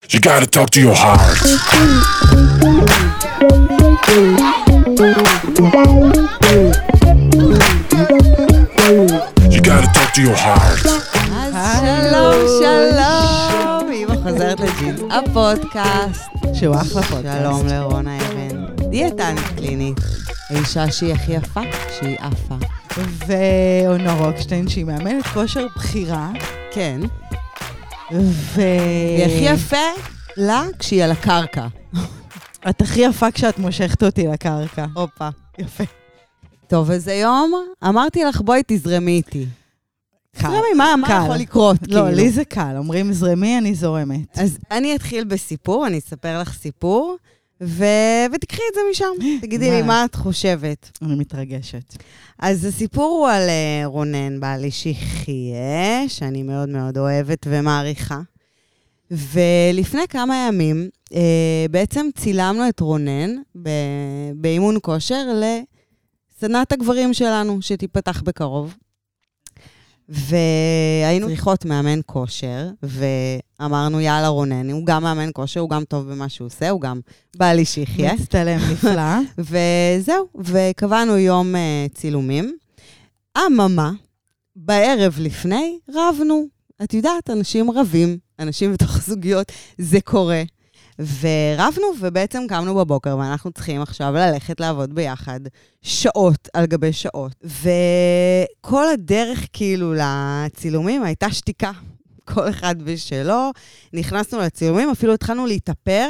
You gotta talk to your heart. You gotta talk to your heart. אז שלום, אמא חוזרת לג'ינס, הפודקאסט. שהוא אחלה פודקאסט. שלום לרונה אבן, דיאטנית קלינית, האישה שהיא הכי יפה, שהיא עפה. ואונור רוקשטיין, שהיא מאמנת כושר בחירה. כן. והיא הכי יפה לה כשהיא על הקרקע. את הכי יפה כשאת מושכת אותי לקרקע. הופה. יפה. טוב, אז היום אמרתי לך, בואי תזרמי איתי. קל. זרמי, מה יכול לקרות? לא, לי זה קל. אומרים זרמי, אני זורמת. אז אני אתחיל בסיפור, אני אספר לך סיפור, ותקחי את זה משם. תגידי לי מה את חושבת. אני מתרגשת. אז הסיפור הוא על רונן, בעלי שיחיה, שאני מאוד מאוד אוהבת ומעריכה. ולפני כמה ימים, בעצם צילמנו את רונן באימון כושר לסדנת הגברים שלנו, שתיפתח בקרוב. והיינו צריכות מאמן כושר, ואמרנו, יאללה רונן, הוא גם מאמן כושר, הוא גם טוב במה שהוא עושה, הוא גם בעלי שיחיה. מצטלם נפלא. וזהו, וקבענו יום צילומים. אממה, בערב לפני רבנו. את יודעת, אנשים רבים, אנשים בתוך זוגיות, זה קורה. ורבנו, ובעצם קמנו בבוקר, ואנחנו צריכים עכשיו ללכת לעבוד ביחד שעות על גבי שעות. וכל הדרך כאילו לצילומים הייתה שתיקה. כל אחד בשלו. נכנסנו לצילומים, אפילו התחלנו להתאפר,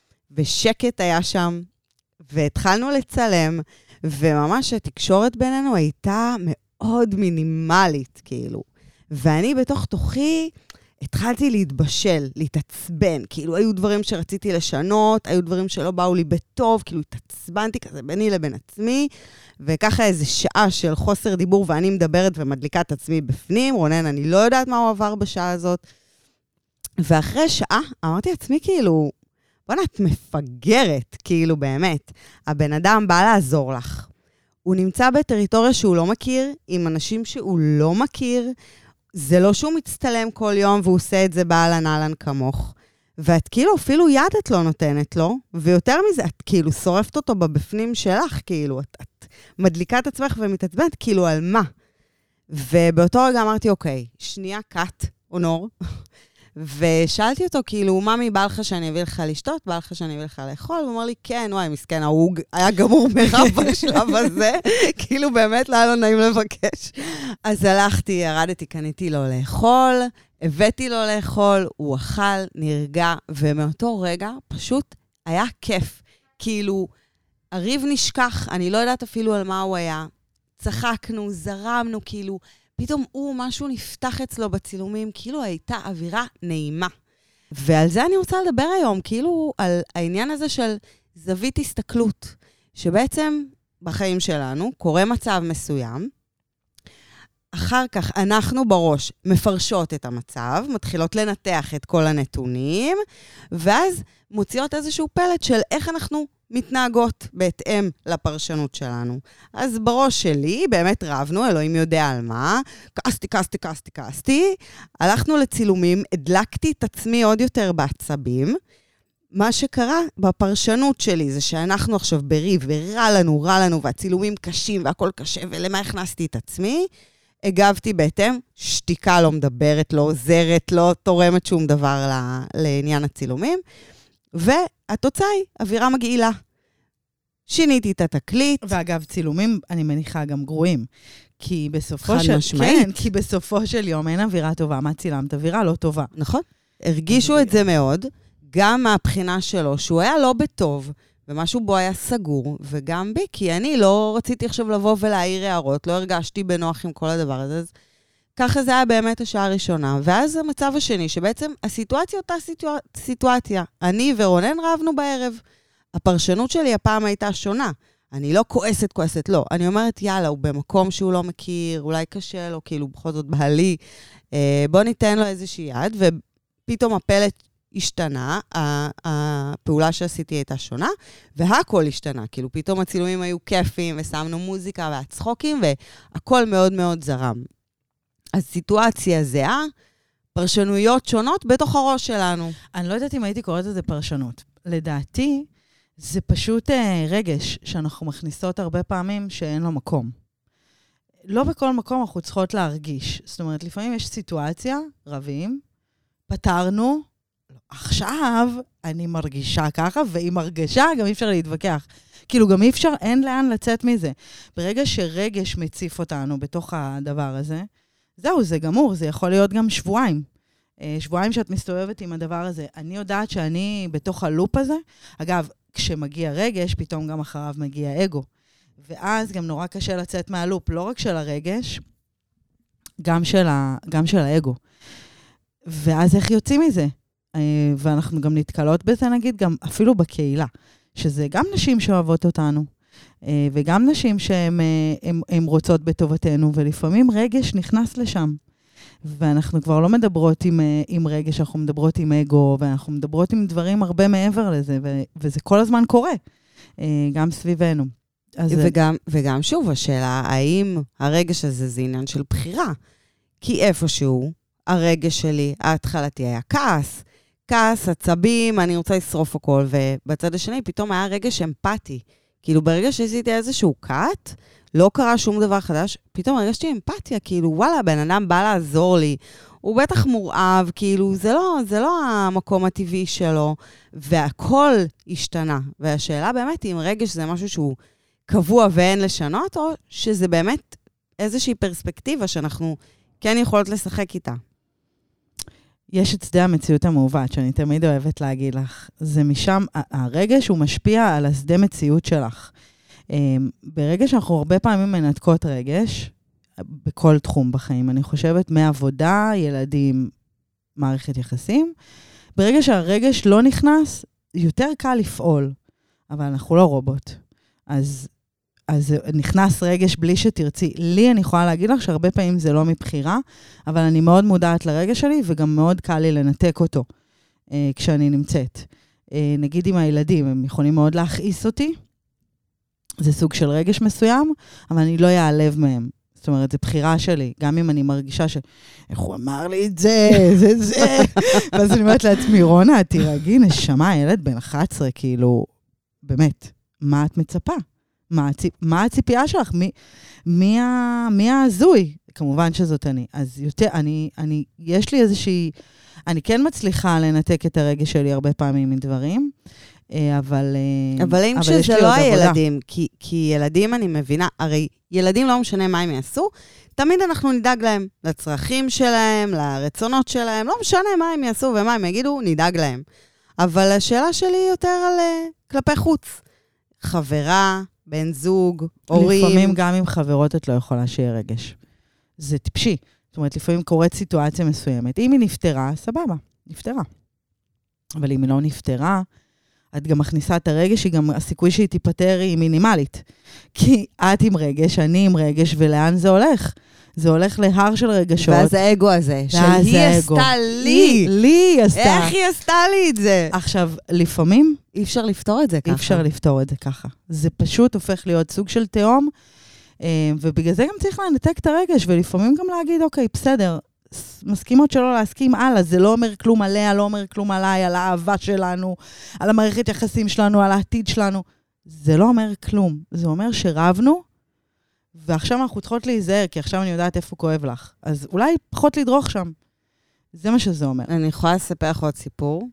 ושקט היה שם, והתחלנו לצלם, וממש התקשורת בינינו הייתה מאוד מינימלית, כאילו. ואני בתוך תוכי התחלתי להתבשל, להתעצבן, כאילו היו דברים שרציתי לשנות, היו דברים שלא באו לי בטוב, כאילו התעצבנתי כזה ביני לבין עצמי, וככה איזו שעה של חוסר דיבור, ואני מדברת ומדליקה את עצמי בפנים, רונן, אני לא יודעת מה הוא עבר בשעה הזאת, ואחרי שעה אמרתי לעצמי כאילו, בוא'נה, את מפגרת, כאילו באמת, הבן אדם בא לעזור לך, הוא נמצא בטריטוריה שהוא לא מכיר, עם אנשים שהוא לא מכיר, זה לא שהוא מצטלם כל יום והוא עושה את זה באהלן אהלן כמוך. ואת כאילו אפילו יד את לא נותנת לו, ויותר מזה, את כאילו שורפת אותו בבפנים שלך, כאילו, את מדליקה את עצמך ומתעצבנת, כאילו על מה? ובאותו רגע אמרתי, אוקיי, שנייה קאט, אונור, ושאלתי אותו, כאילו, ממי, בא לך שאני אביא לך לשתות? בא לך שאני אביא לך לאכול? הוא אמר לי, כן, וואי, מסכן, הוא היה גמור מרב בשלב הזה, כאילו באמת לא היה לו נעים לבקש. אז הלכתי, ירדתי, קניתי לו לאכול, הבאתי לו לאכול, הוא אכל, נרגע, ומאותו רגע פשוט היה כיף. כאילו, הריב נשכח, אני לא יודעת אפילו על מה הוא היה. צחקנו, זרמנו, כאילו, פתאום משהו נפתח אצלו בצילומים, כאילו הייתה אווירה נעימה. ועל זה אני רוצה לדבר היום, כאילו על העניין הזה של זווית הסתכלות, שבעצם בחיים שלנו קורה מצב מסוים, אחר כך אנחנו בראש מפרשות את המצב, מתחילות לנתח את כל הנתונים, ואז מוציאות איזשהו פלט של איך אנחנו מתנהגות בהתאם לפרשנות שלנו. אז בראש שלי, באמת רבנו, אלוהים יודע על מה, כעסתי, הלכנו לצילומים, הדלקתי את עצמי עוד יותר בעצבים, מה שקרה בפרשנות שלי זה שאנחנו עכשיו בריב, ורע לנו, והצילומים קשים והכל קשה, ולמה הכנסתי את עצמי? הגבתי בהתאם, שתיקה לא מדברת, לא עוזרת, לא תורמת שום דבר לעניין הצילומים, והתוצאה היא אווירה מגעילה. שיניתי את התקליט. ואגב, צילומים, אני מניחה, גם גרועים. כי בסופו חד משמעית. כן, כי בסופו של יום אין אווירה טובה. מה צילמת? אווירה לא טובה. נכון. הרגישו את זה מאוד, גם מהבחינה שלו, שהוא היה לא בטוב, ומשהו בו היה סגור, וגם בי, כי אני לא רציתי עכשיו לבוא ולהעיר הערות, לא הרגשתי בנוח עם כל הדבר הזה, אז ככה זה היה באמת השעה הראשונה. ואז המצב השני, שבעצם הסיטואציה אותה סיטואציה. אני ורונן רבנו בערב. הפרשנות שלי הפעם הייתה שונה. אני לא כועסת, לא. אני אומרת, יאללה, הוא במקום שהוא לא מכיר, אולי קשה לו, כאילו בכל זאת בעלי. בוא ניתן לו איזושהי יד, ופתאום הפלט השתנה, הפעולה שעשיתי הייתה שונה, והכל השתנה. כאילו פתאום הצילומים היו כיפים, ושמנו מוזיקה והצחוקים, והכל מאוד מאוד זרם. אז סיטואציה זהה, פרשנויות שונות בתוך הראש שלנו. אני לא יודעת אם הייתי קוראת לזה פרשנות. לדעתי, זה פשוט רגש שאנחנו מכניסות הרבה פעמים שאין לו מקום. לא בכל מקום אנחנו צריכות להרגיש. זאת אומרת, לפעמים יש סיטואציה, רבים, פתרנו, עכשיו אני מרגישה ככה, ועם הרגשה גם אי אפשר להתווכח. כאילו גם אי אפשר, אין לאן לצאת מזה. ברגע שרגש מציף אותנו בתוך הדבר הזה, זהו, זה גמור, זה יכול להיות גם שבועיים. שבועיים שאת מסתובבת עם הדבר הזה. אני יודעת שאני בתוך הלופ הזה, אגב, כשמגיע רגש, פתאום גם אחריו מגיע אגו. ואז גם נורא קשה לצאת מהלופ, לא רק של הרגש, גם של האגו. ואז איך יוצאים מזה? ואנחנו גם נתקלות בזה, נגיד, גם אפילו בקהילה, שזה גם נשים שאוהבות אותנו, וגם נשים שהן רוצות בטובתנו, ולפעמים רגש נכנס לשם. ואנחנו כבר לא מדברות עם רגש, אנחנו מדברות עם אגו, ואנחנו מדברות עם דברים הרבה מעבר לזה, וזה כל הזמן קורה, גם סביבנו. וגם שוב, השאלה, האם הרגש הזה זה עניין של בחירה? כי איפשהו, הרגש שלי, ההתחלתי היה כעס, עצבים, אני רוצה לשרוף הכל, ובצד השני פתאום היה רגש אמפתי. כאילו ברגע שעשיתי איזשהו קאט, לא קרה שום דבר חדש, פתאום הרגשתי אמפתיה, כאילו וואלה, בן אדם בא לעזור לי, הוא בטח מורעב, כאילו זה לא המקום הטבעי שלו, והכל השתנה. והשאלה באמת היא אם רגש זה משהו שהוא קבוע ואין לשנות, או שזה באמת איזושהי פרספקטיבה שאנחנו כן יכולות לשחק איתה. יש את שדה המציאות המעוות, שאני תמיד אוהבת להגיד לך. זה משם, הרגש הוא משפיע על השדה מציאות שלך. ברגע שאנחנו הרבה פעמים מנתקות רגש, בכל תחום בחיים, אני חושבת מעבודה, ילדים, מערכת יחסים, ברגע שהרגש לא נכנס, יותר קל לפעול, אבל אנחנו לא רובוט. אז נכנס רגש בלי שתרצי. לי אני יכולה להגיד לך שהרבה פעמים זה לא מבחירה, אבל אני מאוד מודעת לרגש שלי, וגם מאוד קל לי לנתק אותו כשאני נמצאת. נגיד עם הילדים, הם יכולים מאוד להכעיס אותי, זה סוג של רגש מסוים, אבל אני לא אעלב מהם. זאת אומרת, זה בחירה שלי, גם אם אני מרגישה איך הוא אמר לי את זה. ואז אני אומרת לעצמי, רונה, תירגעי, נשמה, ילד בן 11, כאילו, באמת, מה את מצפה? מה הציפייה שלך? מי הזוי? כמובן שזאת אני. אז יותר, יש לי איזושהי, אני כן מצליחה לנתק את הרגש שלי הרבה פעמים מדברים, אבל אם שזה לא הילדים, כי ילדים אני מבינה, הרי ילדים לא משנה מה הם יעשו, תמיד אנחנו נדאג להם, לצרכים שלהם, לרצונות שלהם, לא משנה מה הם יעשו ומה הם יגידו, נדאג להם. אבל השאלה שלי היא יותר על כלפי חוץ. חברה, בן זוג, הורים. לפעמים גם עם חברות את לא יכולה שיהיה רגש. זה טיפשי. זאת אומרת, לפעמים קורית סיטואציה מסוימת. אם היא נפטרה, סבבה, נפטרה. אבל אם היא לא נפטרה, את גם מכניסה את הרגש, גם הסיכוי שהיא תיפטר היא מינימלית. כי את עם רגש, אני עם רגש, ולאן זה הולך? זה הולך להר של רגשות. ואז האגו הזה, שהיא עשתה לי. לי עשתה. איך היא עשתה לי את זה? עכשיו, לפעמים אי אפשר לפתור את זה ככה. אי אפשר לפתור את זה ככה. זה פשוט הופך להיות סוג של תהום, ובגלל זה גם צריך לנתק את הרגש, ולפעמים גם להגיד, אוקיי, בסדר, מסכימות שלא להסכים הלאה, זה לא אומר כלום עליה, לא אומר כלום עליי, על האהבה שלנו, על המערכת יחסים שלנו, על העתיד שלנו. זה לא אומר כלום. זה אומר שרבנו, ועכשיו אנחנו צריכות להיזהר, כי עכשיו אני יודעת איפה כואב לך. אז אולי פחות לדרוך שם. זה מה שזה אומר. אני יכולה לספר לך עוד סיפור.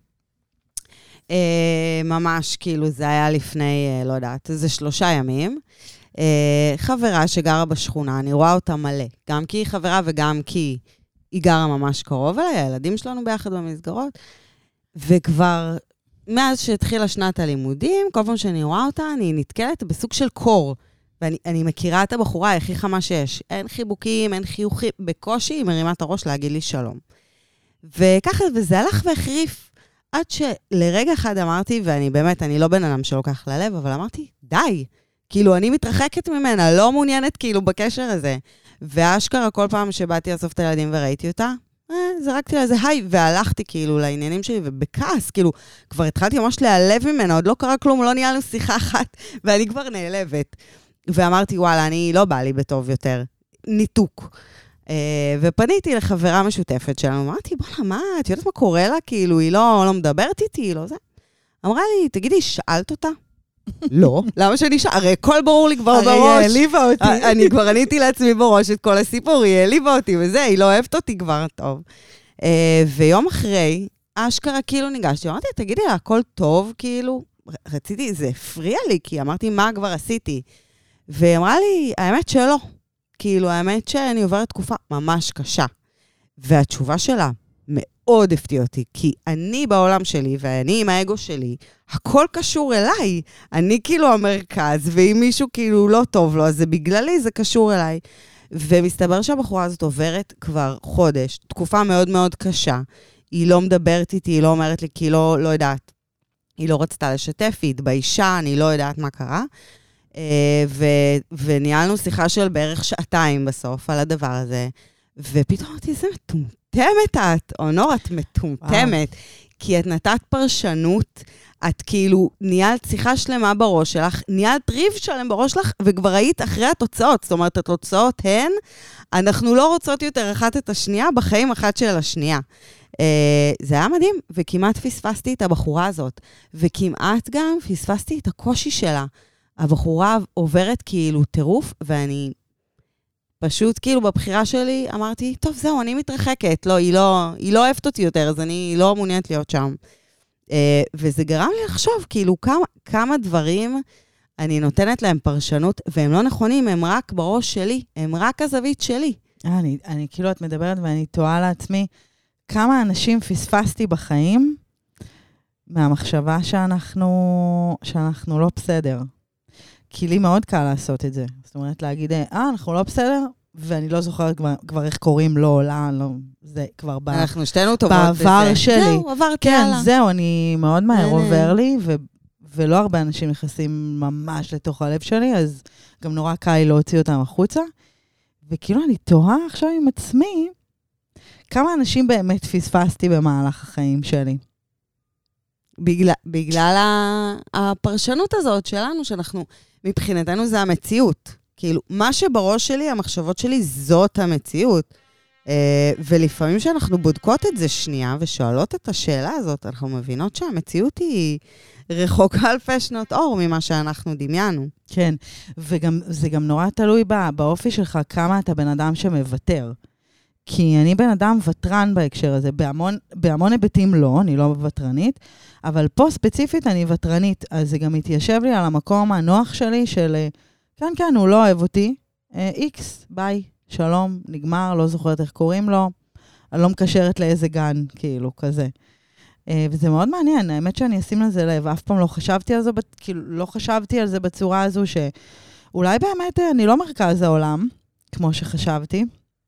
ממש כאילו זה היה לפני, לא יודעת, איזה 3 ימים. חברה שגרה בשכונה, אני רואה אותה מלא. גם כי היא חברה וגם כי היא גרה ממש קרוב אליי, הילדים שלנו ביחד במסגרות. וכבר מאז שהתחילה שנת הלימודים, כל פעם שאני רואה אותה, אני נתקלת בסוג של קור. ואני מכירה את הבחורה, הכי חמה שיש. אין חיבוקים, אין חיוכים. בקושי היא מרימה את הראש להגיד לי שלום. וככה, וזה הלך והחריף. עד שלרגע אחד אמרתי, ואני באמת, אני לא בן אדם שלוקח ללב, אבל אמרתי, די. כאילו, אני מתרחקת ממנה, לא מעוניינת כאילו בקשר הזה. ואשכרה כל פעם שבאתי לאסוף את הילדים וראיתי אותה, זרקתי לה איזה היי, והלכתי כאילו לעניינים שלי, ובכעס, כאילו, כבר התחלתי ממש להיעלב ממנה, עוד לא קרה כלום, לא ניהלנו שיחה אחת, ואני כבר נעלבת. ואמרתי, וואלה, אני לא בא לי בטוב יותר. ניתוק. ופניתי לחברה משותפת שלנו, אמרתי, בוא'נה, מה, את יודעת מה קורה לה? כאילו, היא לא מדברת איתי, היא לא זה. אמרה לי, תגידי, שאלת אותה? לא. למה שאני אשאל? הרי הכל ברור לי כבר בראש. הרי היא העליבה אותי. אני כבר עניתי לעצמי בראש את כל הסיפור, היא העליבה אותי וזה, היא לא אוהבת אותי כבר טוב. ויום אחרי, אשכרה כאילו ניגשתי, אמרתי, תגידי לה, הכל טוב, כאילו, רציתי, זה הפריע לי, כי אמרתי, מה כבר עשיתי? והיא אמרה לי, האמת שלא. כאילו, האמת שאני עוברת תקופה ממש קשה. והתשובה שלה מאוד הפתיע אותי, כי אני בעולם שלי, ואני עם האגו שלי, הכל קשור אליי. אני כאילו המרכז, ואם מישהו כאילו לא טוב לו, אז זה בגללי, זה קשור אליי. ומסתבר שהבחורה הזאת עוברת כבר חודש, תקופה מאוד מאוד קשה. היא לא מדברת איתי, היא לא אומרת לי, כי היא לא יודעת. היא לא רצתה לשתף, היא התביישה, אני לא יודעת מה קרה. וניהלנו שיחה של בערך שעתיים בסוף על הדבר הזה, ופתאום אמרתי, איזה מטומטמת את, אונור, את מטומטמת, כי את נתת פרשנות, את כאילו ניהלת שיחה שלמה בראש שלך, ניהלת ריב שלם בראש שלך, וכבר היית אחרי התוצאות, זאת אומרת, התוצאות הן, אנחנו לא רוצות יותר אחת את השנייה, בחיים אחת של השנייה. זה היה מדהים, וכמעט פספסתי את הבחורה הזאת, וכמעט גם פספסתי את הקושי שלה. הבחורה עוברת כאילו טירוף, ואני פשוט כאילו בבחירה שלי אמרתי, טוב, זהו, אני מתרחקת. לא, היא לא אוהבת אותי יותר, אז אני לא מעוניינת להיות שם. וזה גרם לי לחשוב, כאילו, כמה דברים אני נותנת להם פרשנות, והם לא נכונים, הם רק בראש שלי, הם רק הזווית שלי. אני כאילו, את מדברת ואני תוהה לעצמי, כמה אנשים פספסתי בחיים מהמחשבה שאנחנו לא בסדר. כי לי מאוד קל לעשות את זה. זאת אומרת, להגיד, אנחנו לא בסדר, ואני לא זוכרת כבר איך קוראים לו, לא, זה כבר אנחנו שתינו טובות בזה. בעבר שלי. זהו, עברתי הלאה. כן, זהו, אני מאוד מהר עובר לי, ולא הרבה אנשים נכנסים ממש לתוך הלב שלי, אז גם נורא קל לי להוציא אותם החוצה. וכאילו אני תוהה עכשיו עם עצמי, כמה אנשים באמת פספסתי במהלך החיים שלי. בגלל הפרשנות הזאת שלנו, שאנחנו, מבחינתנו זה המציאות. כאילו, מה שבראש שלי, המחשבות שלי, זאת המציאות. ולפעמים שאנחנו בודקות את זה שנייה, ושואלות את השאלה הזאת, אנחנו מבינות שהמציאות היא רחוקה אלפי שנות אור ממה שאנחנו דמיינו. כן, וזה גם נורא תלוי באופי שלך, כמה אתה בן אדם שמוותר. כי אני בן אדם וותרן בהקשר הזה, בהמון היבטים לא, אני לא ותרנית, אבל פה ספציפית אני ותרנית, אז זה גם מתיישב לי על המקום הנוח שלי של, כן, הוא לא אוהב אותי, איקס, ביי, שלום, נגמר, לא זוכרת איך קוראים לו, אני לא מקשרת לאיזה גן, כאילו, כזה. וזה מאוד מעניין, האמת שאני אשים לזה לב, אף פעם לא חשבתי על זה, כאילו, לא חשבתי על זה בצורה הזו, שאולי באמת אני לא מרכז העולם, כמו שחשבתי,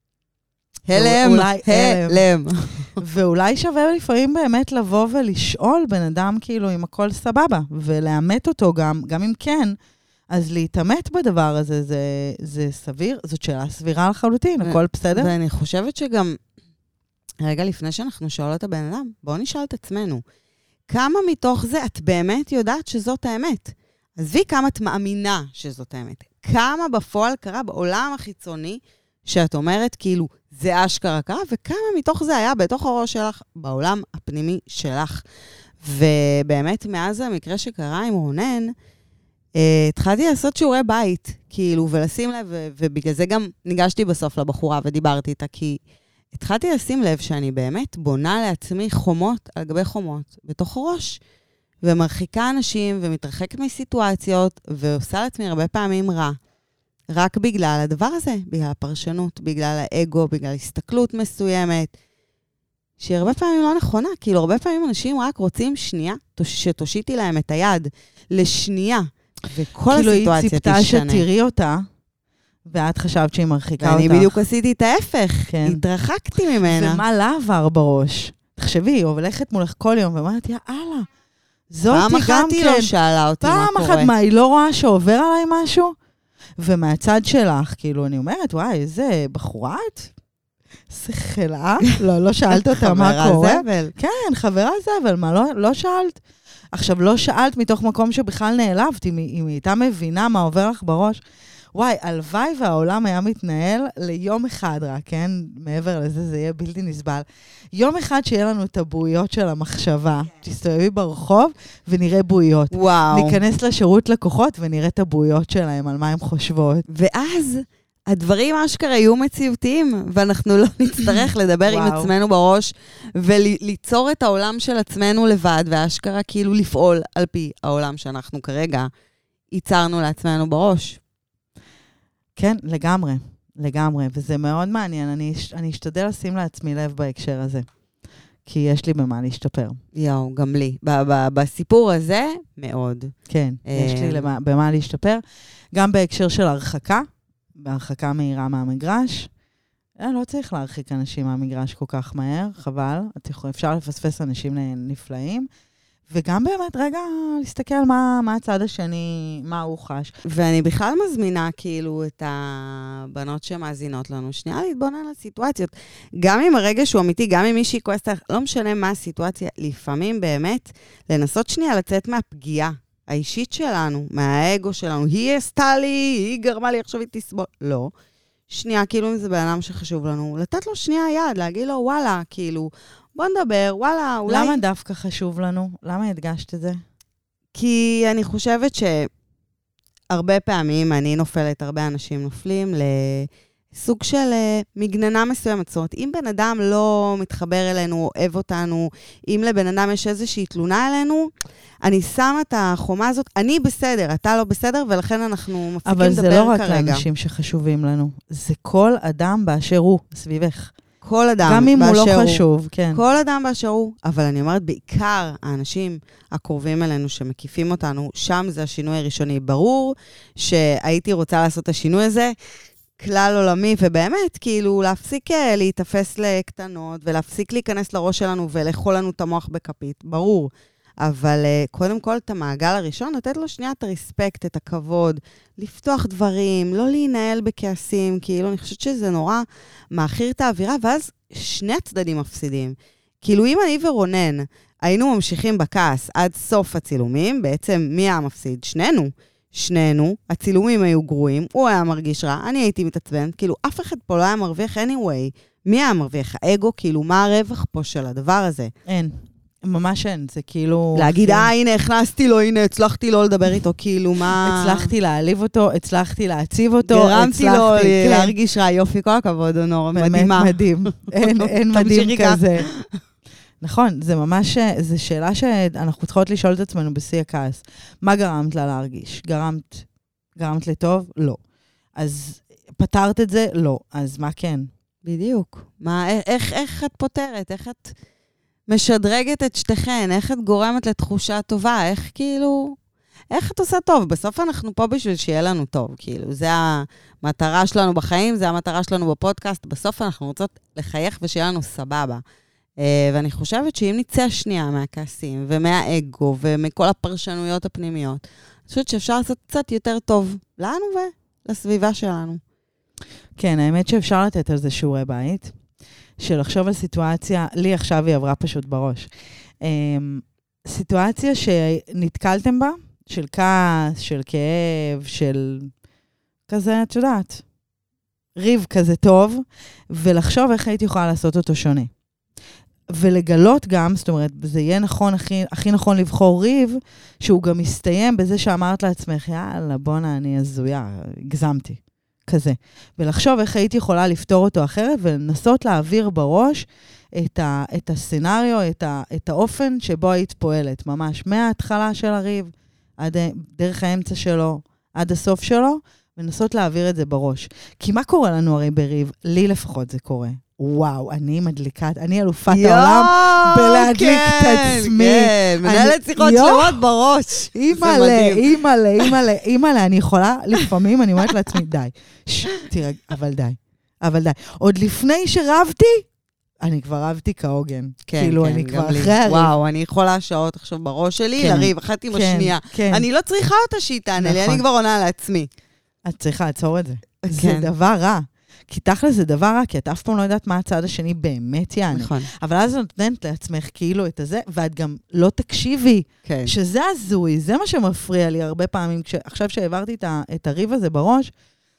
הלם. ואולי שווה לפעמים באמת לבוא ולשאול בן אדם כאילו אם הכל סבבה, ולאמת אותו גם אם כן, אז להתאמת בדבר הזה, זה סביר, זאת שאלה סבירה לחלוטין, הכל בסדר. ואני חושבת שגם, רגע לפני שאנחנו שואלות את הבן אדם, בואו נשאל את עצמנו, כמה מתוך זה את באמת יודעת שזאת האמת? עזבי כמה את מאמינה שזאת האמת. כמה בפועל קרה בעולם החיצוני, שאת אומרת כאילו, זה אשכרה קרה, וכמה מתוך זה היה בתוך הראש שלך, בעולם הפנימי שלך. ובאמת, מאז המקרה שקרה עם רונן, התחלתי לעשות שיעורי בית, כאילו, ולשים לב, ובגלל זה גם ניגשתי בסוף לבחורה ודיברתי איתה, כי התחלתי לשים לב שאני באמת בונה לעצמי חומות על גבי חומות, בתוך הראש, ומרחיקה אנשים, ומתרחקת מסיטואציות, ועושה לעצמי הרבה פעמים רע. רק בגלל הדבר הזה, בגלל הפרשנות, בגלל האגו, בגלל הסתכלות מסוימת, שהיא הרבה פעמים לא נכונה, כאילו הרבה פעמים אנשים רק רוצים שנייה, שתושיטי להם את היד לשנייה, וכל כאילו הסיטואציה היא ציפתה שתראי אותה, ואת חשבת שהיא מרחיקה אותך. ואני בדיוק עשיתי את ההפך, כן. התרחקתי ממנה. ומה לה עבר בראש? תחשבי, היא הולכת מולך כל יום, ואומרת, יאללה, זאתי גם כן. פעם אחת היא לא שאלה אותי מה קורה. פעם אחת, מה, היא לא רואה שעובר עליי משהו? ומהצד שלך, כאילו, אני אומרת, וואי, איזה בחורה את? איזה חלאה? לא שאלת אותה מה קורה. חברה זבל. כן, חברה זבל, מה, לא שאלת? עכשיו, לא שאלת מתוך מקום שבכלל נעלבת, אם היא הייתה מבינה מה עובר לך בראש. וואי, הלוואי והעולם היה מתנהל ליום אחד רק, כן? מעבר לזה, זה יהיה בלתי נסבל. יום אחד שיהיה לנו את הבועיות של המחשבה. תסתובבי ברחוב ונראה בועיות. וואו. ניכנס לשירות לקוחות ונראה את הבועיות שלהם, על מה הם חושבות. ואז הדברים אשכרה יהיו מציאותיים, ואנחנו לא נצטרך לדבר עם עצמנו בראש, וליצור את העולם של עצמנו לבד, ואשכרה כאילו לפעול על פי העולם שאנחנו כרגע ייצרנו לעצמנו בראש. כן, לגמרי, לגמרי, וזה מאוד מעניין. אני אשתדל לשים לעצמי לב בהקשר הזה, כי יש לי במה להשתפר. יאו, גם לי. בסיפור הזה, מאוד. כן, יש לי במה להשתפר. גם בהקשר של הרחקה, בהרחקה מהירה מהמגרש. לא צריך להרחיק אנשים מהמגרש כל כך מהר, חבל. אפשר לפספס אנשים נפלאים. וגם באמת, רגע, להסתכל מה הצד השני, מה הוא חש. ואני בכלל מזמינה כאילו את הבנות שמאזינות לנו, שנייה להתבונן על הסיטואציות. גם אם הרגע שהוא אמיתי, גם אם מישהי כועסת, לא משנה מה הסיטואציה, לפעמים באמת לנסות שנייה לצאת מהפגיעה האישית שלנו, מהאגו שלנו. היא עשתה לי, היא גרמה לי, עכשיו היא תסבול. לא. שנייה, כאילו אם זה בעולם שחשוב לנו, לתת לו שנייה יד, להגיד לו, וואלה, כאילו, בוא נדבר, וואלה, אולי... למה דווקא חשוב לנו? למה הדגשת את זה? כי אני חושבת שהרבה פעמים אני נופלת, הרבה אנשים נופלים לסוג של מגננה מסוימת. זאת אומרת, אם בן אדם לא מתחבר אלינו, אוהב אותנו, אם לבן אדם יש איזושהי תלונה אלינו, אני שמה את החומה הזאת, אני בסדר, אתה לא בסדר, ולכן אנחנו מפסיקים לדבר כרגע. אבל זה לא רק לאנשים שחשובים לנו, זה כל אדם באשר הוא סביבך. כל אדם גם אם הוא לא חשוב, כן. כל אדם באשר הוא, אבל אני אומרת, בעיקר האנשים הקרובים אלינו שמקיפים אותנו, שם זה השינוי הראשוני. ברור שהייתי רוצה לעשות את השינוי הזה, כלל עולמי, ובאמת, כאילו, להפסיק להתאפס לקטנות, ולהפסיק להיכנס לראש שלנו ולאכול לנו את המוח בכפית, ברור. אבל קודם כל, את המעגל הראשון, לתת לו שנייה את הרספקט, את הכבוד, לפתוח דברים, לא להינהל בכעסים, כאילו, אני חושבת שזה נורא מאחיר את האווירה, ואז שני הצדדים מפסידים. כאילו, אם אני ורונן היינו ממשיכים בכעס עד סוף הצילומים, בעצם מי היה מפסיד? שנינו, הצילומים היו גרועים, הוא היה מרגיש רע, אני הייתי מתעצבן, כאילו, אף אחד פה לא היה מרוויח anyway. מי היה מרוויח? האגו, כאילו, מה הרווח פה של הדבר הזה? אין. ממש אין, זה כאילו... להגיד, הנה, הכנסתי לו, הנה, הצלחתי לו לדבר איתו, כאילו, מה... הצלחתי להעליב אותו, הצלחתי להציב אותו, גרמתי לו להרגיש רע, יופי, כל הכבוד, אונור, מדהימה. באמת מדהים, אין מדהים כזה. נכון, זה ממש, זו שאלה שאנחנו צריכות לשאול את עצמנו בשיא הכעס. מה גרמת לה להרגיש? גרמת לטוב? לא. אז פתרת את זה? לא. אז מה כן? בדיוק. איך את פותרת? איך את... משדרגת את שתיכן, איך את גורמת לתחושה טובה, איך כאילו, איך את עושה טוב? בסוף אנחנו פה בשביל שיהיה לנו טוב, כאילו, זה המטרה שלנו בחיים, זה המטרה שלנו בפודקאסט, בסוף אנחנו רוצות לחייך ושיהיה לנו סבבה. ואני חושבת שאם נצא שנייה מהכעסים ומהאגו ומכל הפרשנויות הפנימיות, אני חושבת שאפשר לעשות קצת יותר טוב לנו ולסביבה שלנו. כן, האמת שאפשר לתת על זה שיעורי בית. של לחשוב על סיטואציה, לי עכשיו היא עברה פשוט בראש. סיטואציה שנתקלתם בה, של כעס, של כאב, של כזה, את יודעת, ריב כזה טוב, ולחשוב איך הייתי יכולה לעשות אותו שונה. ולגלות גם, זאת אומרת, זה יהיה נכון, הכי נכון לבחור ריב, שהוא גם מסתיים בזה שאמרת לעצמך, יאללה, בונה, אני הזויה, הגזמתי. כזה. ולחשוב איך הייתי יכולה לפתור אותו אחרת, ולנסות להעביר בראש את הסצנריו, את האופן שבו היית פועלת, ממש מההתחלה של הריב, עד דרך האמצע שלו, עד הסוף שלו, ולנסות להעביר את זה בראש. כי מה קורה לנו הרי בריב? לי לפחות זה קורה. וואו, אני מדליקת, אני אלופת העולם בלהדליק את עצמי. כן, מנהלת שיחות שלמות בראש. אימא'לה, אני יכולה, לפעמים אני אומרת לעצמי, די, תראה, אבל די. עוד לפני שרבתי, אני כבר רבתי כהוגן. כאילו, אני כבר אחרי הריב. וואו, אני יכולה שעות עכשיו בראש שלי, לריב, אחת עם השנייה. אני לא צריכה אותה שהיא תענה לי, אני כבר עונה לעצמי. את צריכה לעצור את זה. זה דבר רע. כי תכל'ס זה דבר רע, כי את אף פעם לא יודעת מה הצד השני באמת יענה. נכון. אבל אז את נותנת לעצמך כאילו את הזה, ואת גם לא תקשיבי, כן. שזה הזוי, זה מה שמפריע לי הרבה פעמים. עכשיו שהעברתי את הריב הזה בראש,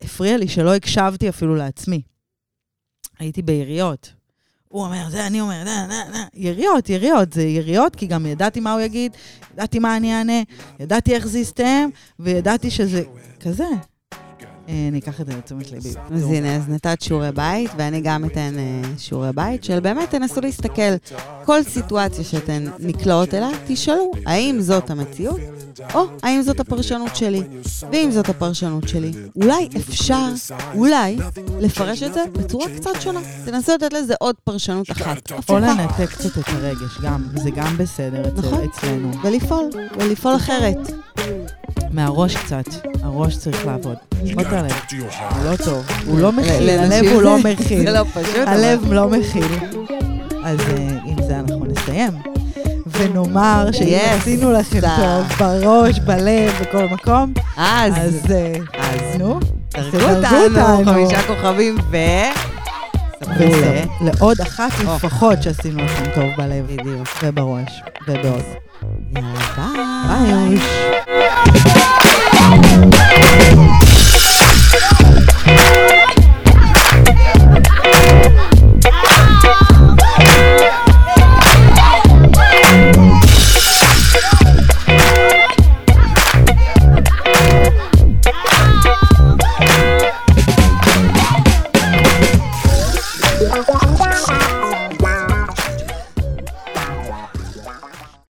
הפריע לי שלא הקשבתי אפילו לעצמי. הייתי ביריות. הוא אומר, זה אני אומר, יריות, זה יריות, כי גם ידעתי מה הוא יגיד, ידעתי מה אני אענה, ידעתי איך זה יסתיים, וידעתי שזה כזה. אני אקח את זה לתשומת ליבי. אז הנה, אז נתת שיעורי בית, ואני גם אתן שיעורי בית, של באמת תנסו להסתכל, כל סיטואציה שאתן נקלעות אליה, תשאלו, האם זאת המציאות, או האם זאת הפרשנות שלי. ואם זאת הפרשנות שלי, אולי אפשר, לפרש את זה בצורה קצת שונה. תנסו לתת לזה עוד פרשנות אחת. או לנתק קצת את הרגש, זה גם בסדר אצלנו. ולפעול אחרת. מהראש קצת, הראש צריך לעבוד. לשמות הלב, הוא לא טוב, הוא לא מכיל, הלב הוא לא מכיל. זה לא פשוט. הלב לא מכיל. אז עם זה אנחנו נסיים. ונאמר שאם עשינו לכם טוב, בראש, בלב, בכל מקום, אז נו, תרגו אותנו, 5 כוכבים לעוד אחת לפחות שעשינו לכם טוב בלב, ובראש, ובעוד. יאללה, ביי.